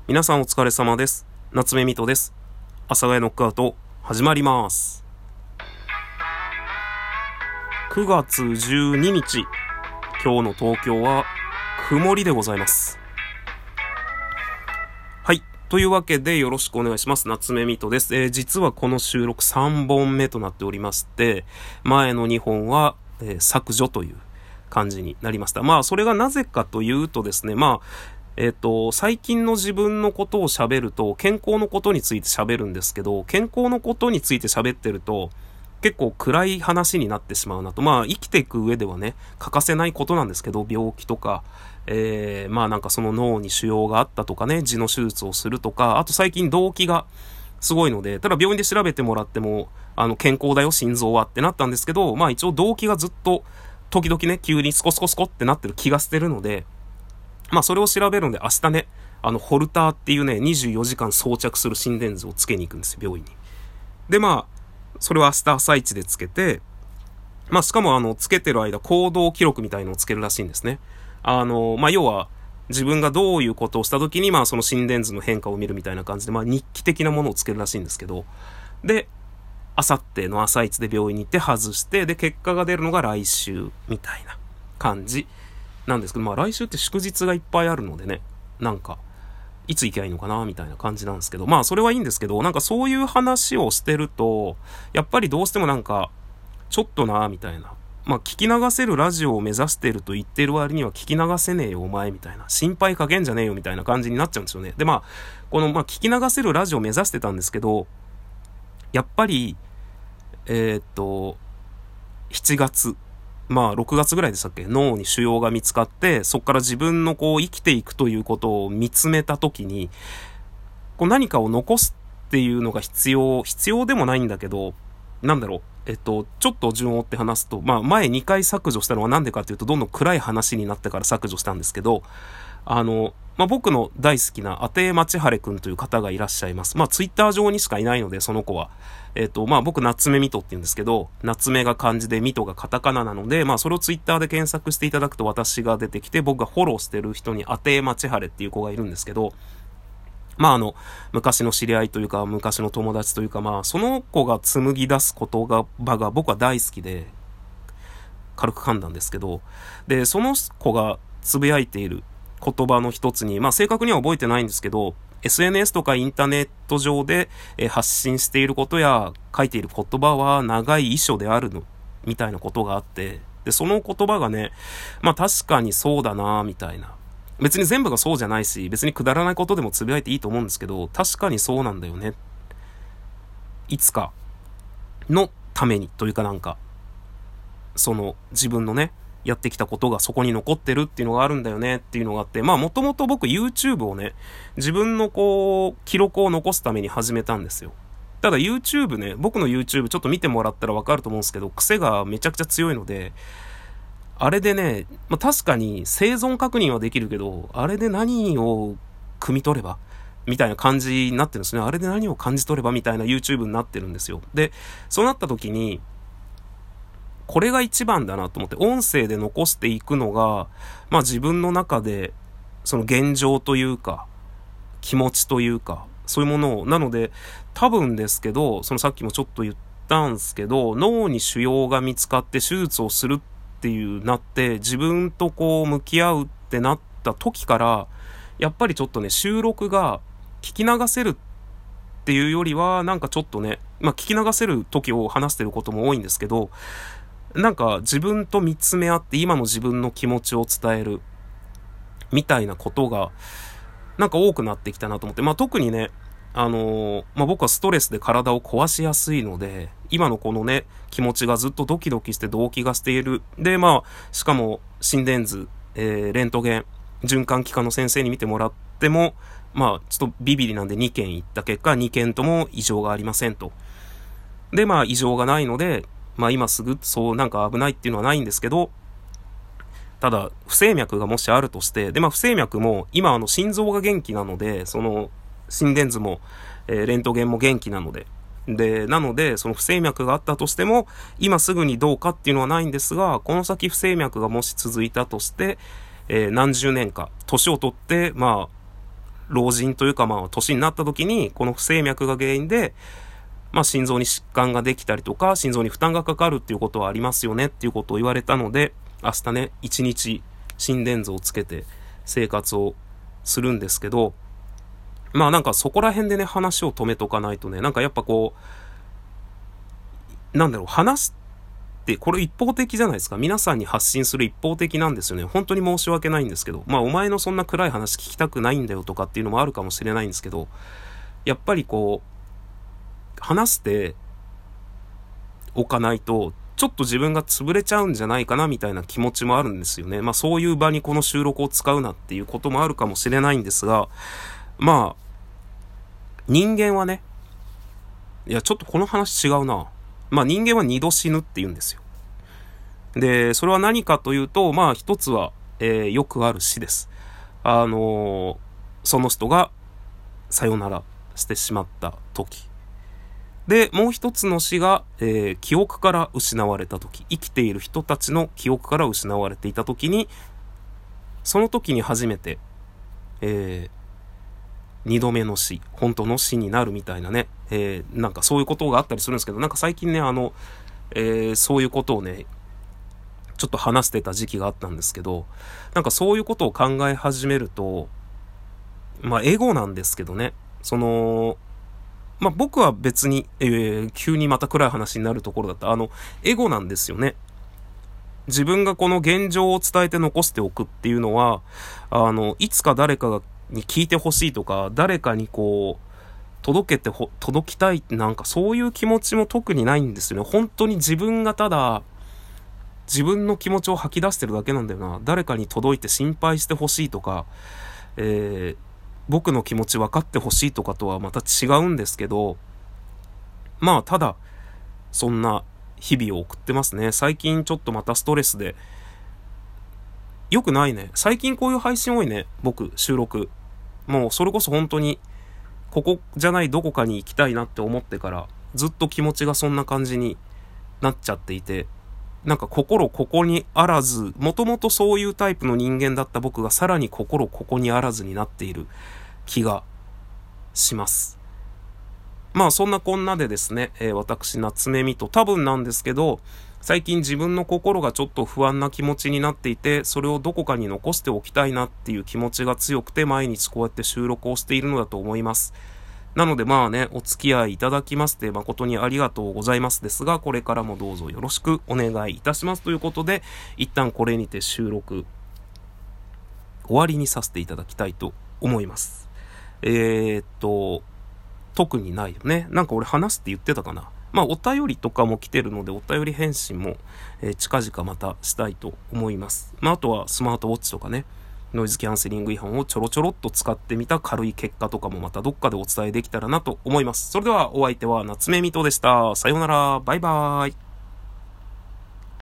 皆さんお疲れ様です。夏目みとです。阿佐ヶ谷ノックアウト始まります。9月12日、今日の東京は曇りでございます。はい。というわけでよろしくお願いします。夏目みとです。実はこの収録3本目となっておりまして、前の2本は、削除という感じになりました。それがなぜかというとですね、最近の自分のことを喋ると、健康のことについて喋るんですけど、健康のことについて喋ってると、結構暗い話になってしまうなと。生きていく上ではね、欠かせないことなんですけど、病気とか、その脳に腫瘍があったとかね、痔の手術をするとか、あと最近動悸がすごいので、ただ病院で調べてもらっても、健康だよ、心臓はってなったんですけど、一応動悸がずっと、時々ね、急にスコスコスコってなってる気がしてるので、それを調べるので明日ね、ホルターっていうね、24時間装着する心電図をつけに行くんですよ、病院に。で、それを明日朝一でつけて、しかもつけてる間、行動記録みたいのをつけるらしいんですね。要は、自分がどういうことをした時に、その心電図の変化を見るみたいな感じで、日記的なものをつけるらしいんですけど、で、明後日の朝一で病院に行って外して、で、結果が出るのが来週、みたいな感じ。なんですけど、来週って祝日がいっぱいあるのでね、いつ行けばいいのかなみたいな感じなんですけど、それはいいんですけど、そういう話をしてると、やっぱりどうしてもちょっとなみたいな。聞き流せるラジオを目指してると言ってる割には聞き流せねえよお前みたいな。心配かけんじゃねえよみたいな感じになっちゃうんですよね。で、この聞き流せるラジオを目指してたんですけど、やっぱり、7月、6月ぐらいでしたっけ、脳に腫瘍が見つかって、そこから自分の生きていくということを見つめたときに、何かを残すっていうのが必要でもないんだけど、ちょっと順を追って話すと、前2回削除したのはなんでかっていうと、どんどん暗い話になってから削除したんですけど、僕の大好きなアテマチハレくんという方がいらっしゃいます。ツイッター上にしかいないので、その子は。僕、夏目みとって言うんですけど、夏目が漢字でみとがカタカナなので、それをツイッターで検索していただくと私が出てきて、僕がフォローしてる人にアテマチハレっていう子がいるんですけど、昔の知り合いというか、昔の友達というか、その子が紡ぎ出す言葉が僕は大好きで、軽く噛んだんですけど、で、その子がつぶやいている言葉の一つに、正確には覚えてないんですけど、SNS とかインターネット上で発信していることや書いている言葉は長い遺書であるの、みたいなことがあって、で、その言葉がね、確かにそうだな、みたいな。別に全部がそうじゃないし、別にくだらないことでもつぶやいていいと思うんですけど、確かにそうなんだよね。いつかのためにというかその自分のね、やってきたことがそこに残ってるっていうのがあるんだよねっていうのがあって、もともと僕 YouTube をね、自分の記録を残すために始めたんですよ。ただ YouTube ね、僕の YouTube ちょっと見てもらったらわかると思うんですけど、癖がめちゃくちゃ強いので、あれでね、確かに生存確認はできるけど、あれで何を汲み取ればみたいな感じになってるんですね。あれで何を感じ取ればみたいな YouTube になってるんですよ。で、そうなった時に、これが一番だなと思って、音声で残していくのが、自分の中で、その現状というか、気持ちというか、そういうものを、なので、多分ですけど、そのさっきもちょっと言ったんですけど、脳に腫瘍が見つかって手術をするっていうなって、自分と向き合うってなった時から、やっぱりちょっとね、収録が聞き流せるっていうよりは、ちょっとね、聞き流せる時を話してることも多いんですけど、自分と見つめ合って今の自分の気持ちを伝えるみたいなことが多くなってきたなと思って、特にね、僕はストレスで体を壊しやすいので、今のこのね、気持ちがずっとドキドキして動悸がしている。で、しかも心電図、レントゲン、循環器科の先生に見てもらっても、ちょっとビビりなんで2件行った結果、2件とも異常がありませんと。で、異常がないので、今すぐそう危ないっていうのはないんですけど、ただ不整脈がもしあるとして、で不整脈も今心臓が元気なので、その心電図も、レントゲンも元気なので、なのでその不整脈があったとしても今すぐにどうかっていうのはないんですが、この先不整脈がもし続いたとして、何十年か年を取って老人というか年になった時に、この不整脈が原因で、心臓に疾患ができたりとか、心臓に負担がかかるっていうことはありますよねっていうことを言われたので、明日ね、1日心電図をつけて生活をするんですけど、なんかそこら辺でね、話を止めとかないとね、なんかやっぱ話ってこれ一方的じゃないですか。皆さんに発信する一方的なんですよね。本当に申し訳ないんですけど、お前のそんな暗い話聞きたくないんだよとかっていうのもあるかもしれないんですけど、やっぱり話しておかないと、ちょっと自分が潰れちゃうんじゃないかなみたいな気持ちもあるんですよね。そういう場にこの収録を使うなっていうこともあるかもしれないんですが、人間はね、いやちょっとこの話違うな。人間は二度死ぬって言うんですよ。で、それは何かというと、一つは、よくある死です。その人がさよならしてしまった時。で、もう一つの死が、記憶から失われた時。生きている人たちの記憶から失われていた時に、その時に初めて、二度目の死、本当の死になるみたいなね、なんかそういうことがあったりするんですけど、なんか最近ね、そういうことをね、ちょっと話してた時期があったんですけど、なんかそういうことを考え始めると、エゴなんですけどね、僕は別に、急にまた暗い話になるところだった。エゴなんですよね。自分がこの現状を伝えて残しておくっていうのは、いつか誰かに聞いてほしいとか、誰かに届きたい、なんかそういう気持ちも特にないんですよね。本当に自分がただ、自分の気持ちを吐き出してるだけなんだよな。誰かに届いて心配してほしいとか、僕の気持ち分かってほしいとかとはまた違うんですけど、ただそんな日々を送ってますね。最近ちょっとまたストレスで、よくないね。最近こういう配信多いね。僕収録もうそれこそ本当にここじゃないどこかに行きたいなって思ってからずっと気持ちがそんな感じになっちゃっていて、なんか心ここにあらず、もともとそういうタイプの人間だった僕がさらに心ここにあらずになっている気がします。そんなこんなでですね、私夏目みと多分なんですけど、最近自分の心がちょっと不安な気持ちになっていて、それをどこかに残しておきたいなっていう気持ちが強くて毎日こうやって収録をしているのだと思います。なのでお付き合いいただきまして誠にありがとうございますですが、これからもどうぞよろしくお願いいたしますということで、一旦これにて収録終わりにさせていただきたいと思います。特にないよね。なんか俺話すって言ってたかな。お便りとかも来てるので、お便り返信も、近々またしたいと思います。あとはスマートウォッチとかね、ノイズキャンセリング違反をちょろっと使ってみた軽い結果とかもまたどっかでお伝えできたらなと思います。それではお相手は夏目みとでした。さようなら。バイバーイ。